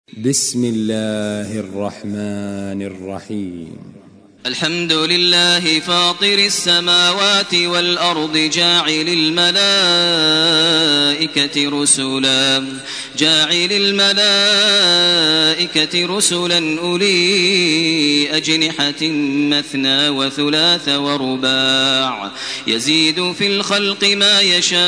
بسم الله الرحمن الرحيم. الحمد لله فاطر السماوات والأرض جاعل الملائكة رسلا أولي أجنحة مثنى وثلاث ورباع يزيد في الخلق ما يشاء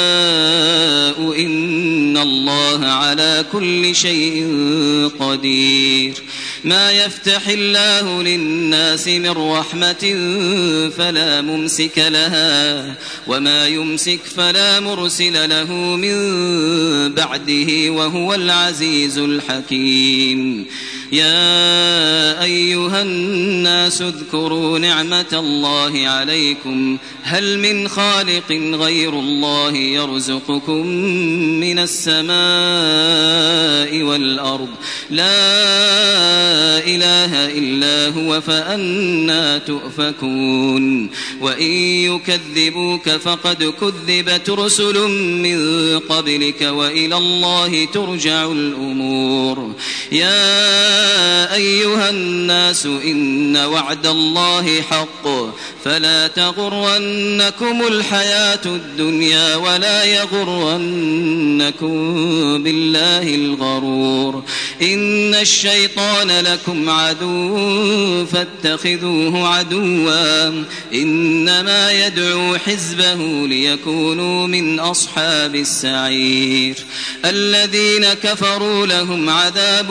إن الله على كل شيء قدير. ما يفتح الله للناس من رحمة فلا ممسك لها وما يمسك فلا مرسل له من بعده وهو العزيز الحكيم. يا أيها الناس اذكروا نعمة الله عليكم هل من خالق غير الله يرزقكم من السماء والأرض لا إله إلا هو فأنى تؤفكون. وإن يكذبوك فقد كذبت رسل من قبلك وإلى الله ترجع الأمور. يا أيها الناس إن وعد الله حق فلا تغرنكم الحياة الدنيا ولا يغرنكم بالله الغرور. إن الشيطان لكم عدو فاتخذوه عدوا إنما يدعو حزبه ليكونوا من أصحاب السعير. الذين كفروا لهم عذاب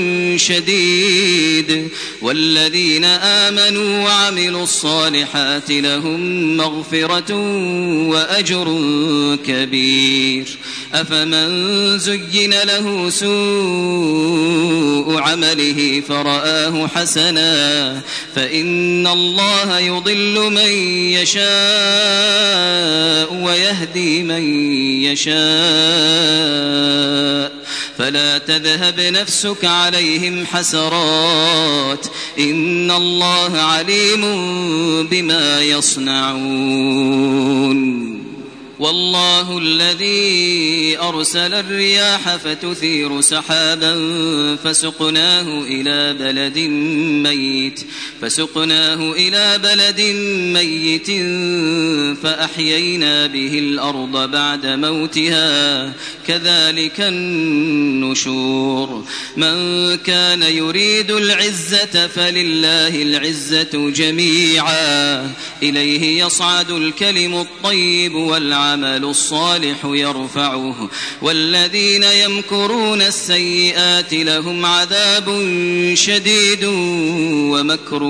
شديد والذين آمنوا وعملوا الصالحات لهم مغفرة وأجر كبير. أفمن زين له سوء عمله فرآه حسنا فإن الله يضل من يشاء ويهدي من يشاء فلا تذهب نفسك عليهم حسرات إن الله عليم بما يصنعون. والله الذي أرسل الرياح فتثير سحابا فسقناه إلى بلد ميت فأحيينا به الأرض بعد موتها كذلك النشور. من كان يريد العزة فلله العزة جميعا إليه يصعد الكلم الطيب والعمل الصالح يرفعه والذين يمكرون السيئات لهم عذاب شديد ومكر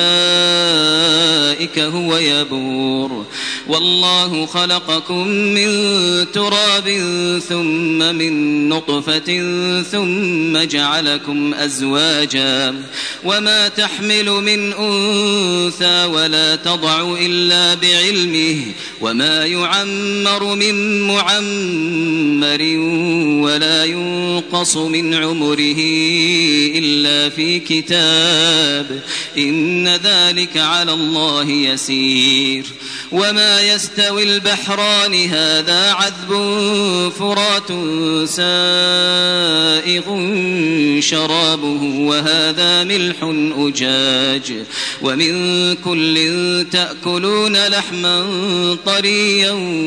أولئك هو يبور. والله خلقكم من تراب ثم من نطفة ثم جعلكم أزواجا وما تحمل من أنثى ولا تضع إلا بعلمه وما يعمر من معمر ولا ينقص من عمره إلا في كتاب إن ذلك على الله يسير. وما يستوي البحران هذا عذب فرات سائغ شرابه وهذا ملح أجاج ومن كل تأكلون لحما طريا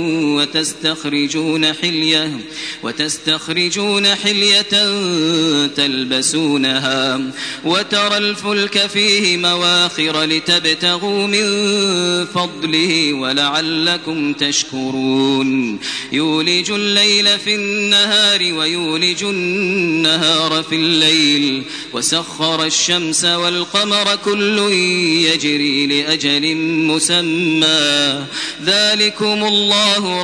وتستخرجون حلية تلبسونها وترى الفلك فيه مواخر لتبتغوا من فضله ولعلكم تشكرون. يولج الليل في النهار ويولج النهار في الليل وسخر الشمس والقمر كل يجري لأجل مسمى ذلكم الله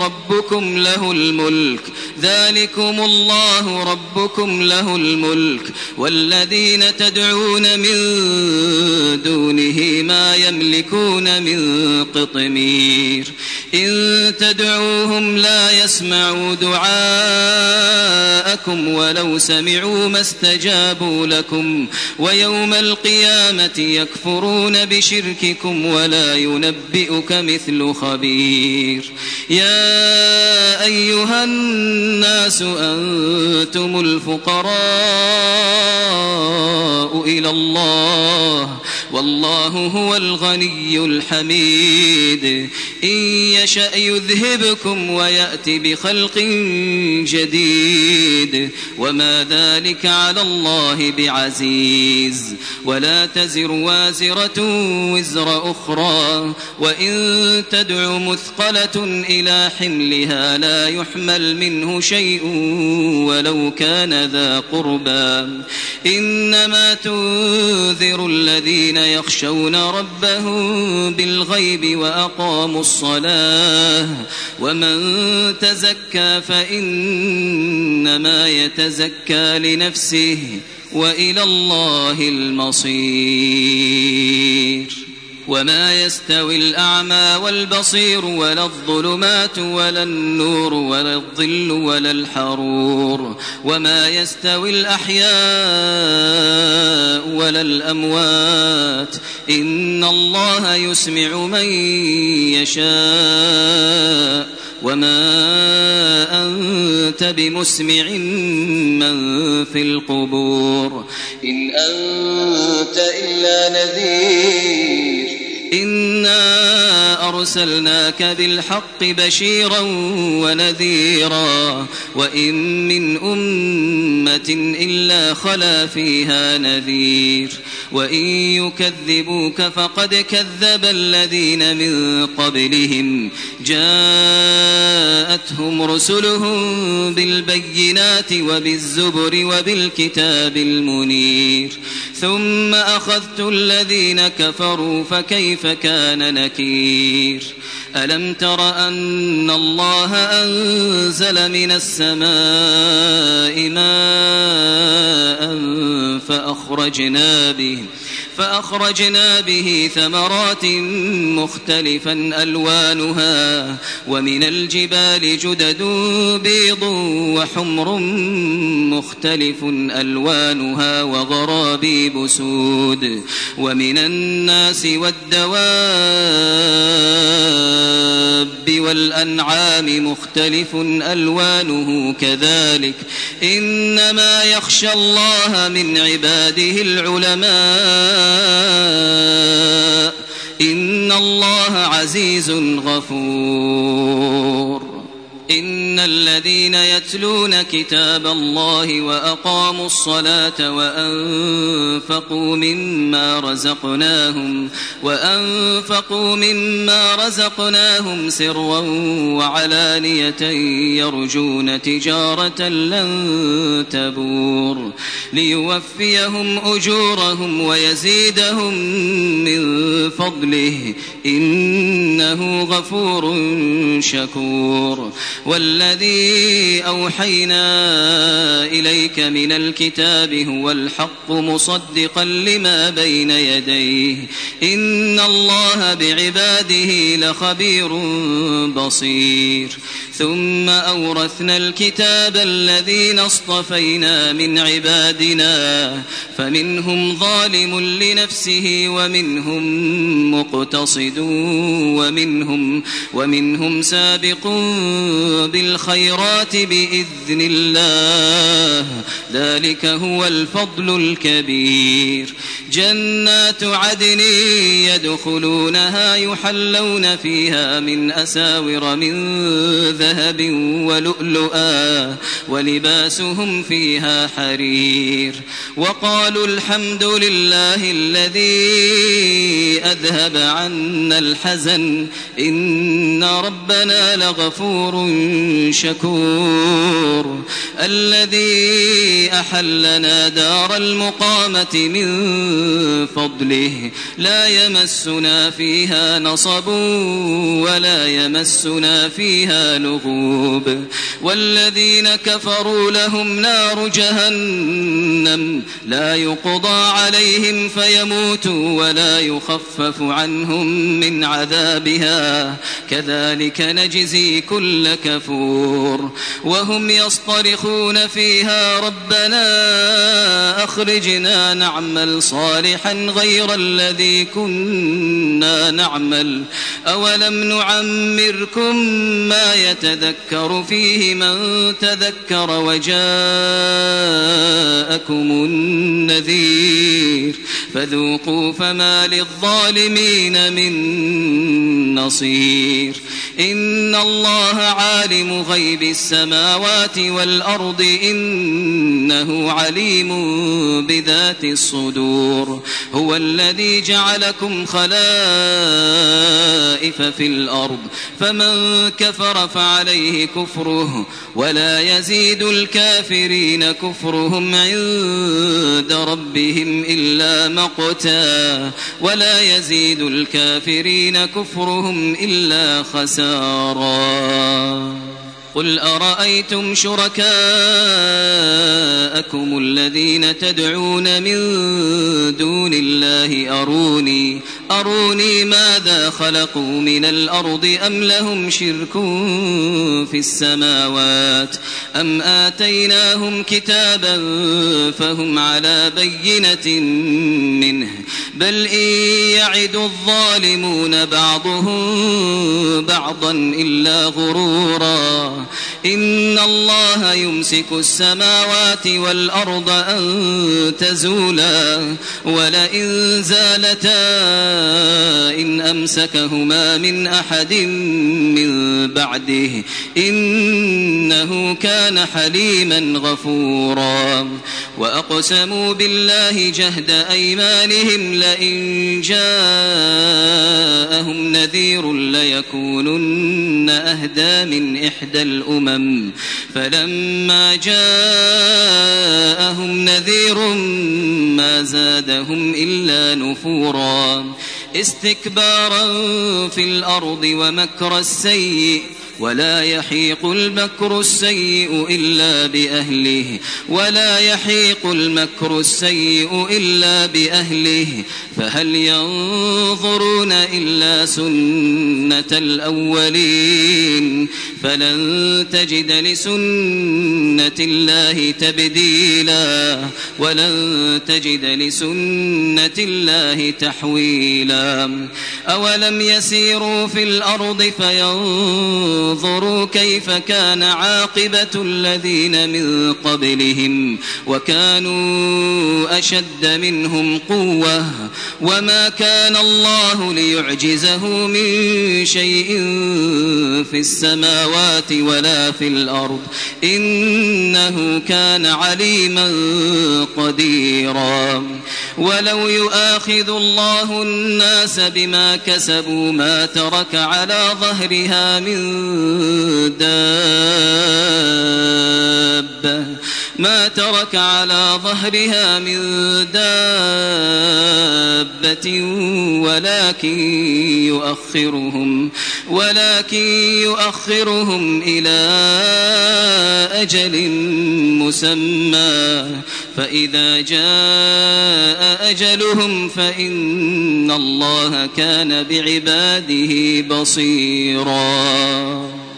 ربكم له الملك والذين تدعون من دونه ما يملكون من قطمير. إن تدعوهم لا يسمعوا دعاءكم ولو سمعوا ما استجابوا لكم ويوم القيامة يكفرون بشرككم ولا ينبئك مثل خبير. يا أيها الناس أنتم الفقراء إلى الله والله هو الغني الحميد إن يشأ يذهبكم ويأتي بخلق جديد وما ذلك على الله بعزيز ولا تزر وازرة وزر أخرى وإن تدع مثقلة إلى حملها لا يحمل منه شيء ولو كان ذا قربى إنما تنذر الذين يخشون ربهم بالغيب وأقاموا الصلاة ومن تزكى فإنما يتزكى لنفسه وإلى الله المصير وما يستوي الأعمى والبصير ولا الظلمات ولا النور ولا الظل ولا الحرور وما يستوي الأحياء ولا الأموات إن الله يسمع من يشاء وما أنت بمسمع من في القبور إن أنت إلا نذير إنا أرسلناك بالحق بشيرا ونذيرا وإن من أمة إلا خلا فيها نذير وإن يكذبوك فقد كذب الذين من قبلهم جاءتهم رسلهم بالبينات وبالزبر وبالكتاب المنير ثم أخذت الذين كفروا فكيف كان نكير ألم تر أن الله أنزل من السماء ماء فأخرجنا به ثمرات مختلفا ألوانها ومن الجبال جدد بيض وحمر مختلف ألوانها وغرابيب سود ومن الناس والدواب والأنعام مختلف ألوانه كذلك إنما يخشى الله من عباده العلماء إن الله عزيز غفور إن الذين يتلون كتاب الله وأقاموا الصلاة وأنفقوا مما رزقناهم سرا وعلانية يرجون تجارة لن تبور ليوفيهم أجورهم ويزيدهم من فضله إنه غفور شكور والذي أوحينا إليك من الكتاب هو الحق مصدقا لما بين يديه إن الله بعباده لخبير بصير ثم أورثنا الكتاب الذين اصطفينا من عبادنا فمنهم ظالم لنفسه ومنهم مقتصد ومنهم سابق بالخيرات بإذن الله ذلك هو الفضل الكبير جنات عدن يدخلونها يحلون فيها من أساور من ذهب ولؤلؤا ولباسهم فيها حرير وقالوا الحمد لله الذي أذهب عنا الحزن إن ربنا لغفور شكور الذي أحلنا دار المقامة من فضله لا يمسنا فيها نصب ولا يمسنا فيها لغوب والذين كفروا لهم نار جهنم لا يقضى عليهم فيموتوا ولا يخفف عنهم من عذابها كذلك نجزي كل كفور وهم يصطرخون فيها ربنا أخرجنا نعمل صالحا صالحا غير الذي كنا نعمل أولم نعمركم ما يتذكر فيه من تذكر وجاءكم النذير فذوقوا فما للظالمين من نصير إن الله عالم غيب السماوات والأرض إنه عليم بذات الصدور هو الذي جعلكم خلائف في الأرض فمن كفر فعليه كفره ولا يزيد الكافرين كفرهم عند ربهم إلا مقتا ولا يزيد الكافرين كفرهم إلا خسارا قل أرأيتم شركاءكم الذين تدعون من دون الله أروني ماذا خلقوا من الأرض أم لهم شرك في السماوات أم آتيناهم كتابا فهم على بينة منه بل إن يعد الظالمون بعضهم بعضا إلا غرورا إن الله يمسك السماوات والأرض أن تزولا ولئن زالتا إن أمسكهما من أحد من بعده إنه كان حليما غفورا وأقسموا بالله جهد أيمانهم لئن جاءهم نذير ليكونن أهدى من إحدى الأمم فلما جاءهم نذير ما زادهم إلا نفورا استكبارا في الأرض ومكر السيء ولا يحيق المكر السيء إلا بأهله فهل ينظرون إلا سنة الأولين فلن تجد لسنة الله تبديلا ولن تجد لسنة الله تحويلا أولم يسيروا في الأرض فينظروا كيف كان عاقبة الذين من قبلهم وكانوا أشد منهم قوة وما كان الله ليعجزه من شيء في السماوات ولا في الأرض إنه كان عليما قديرا ولو يؤاخذ الله الناس بما كسبوا ما ترك على ظهرها من دابة ولكن يؤخرهم إلى أجل مسمى فإذا جاء أجلهم فإن الله كان بعباده بصيرا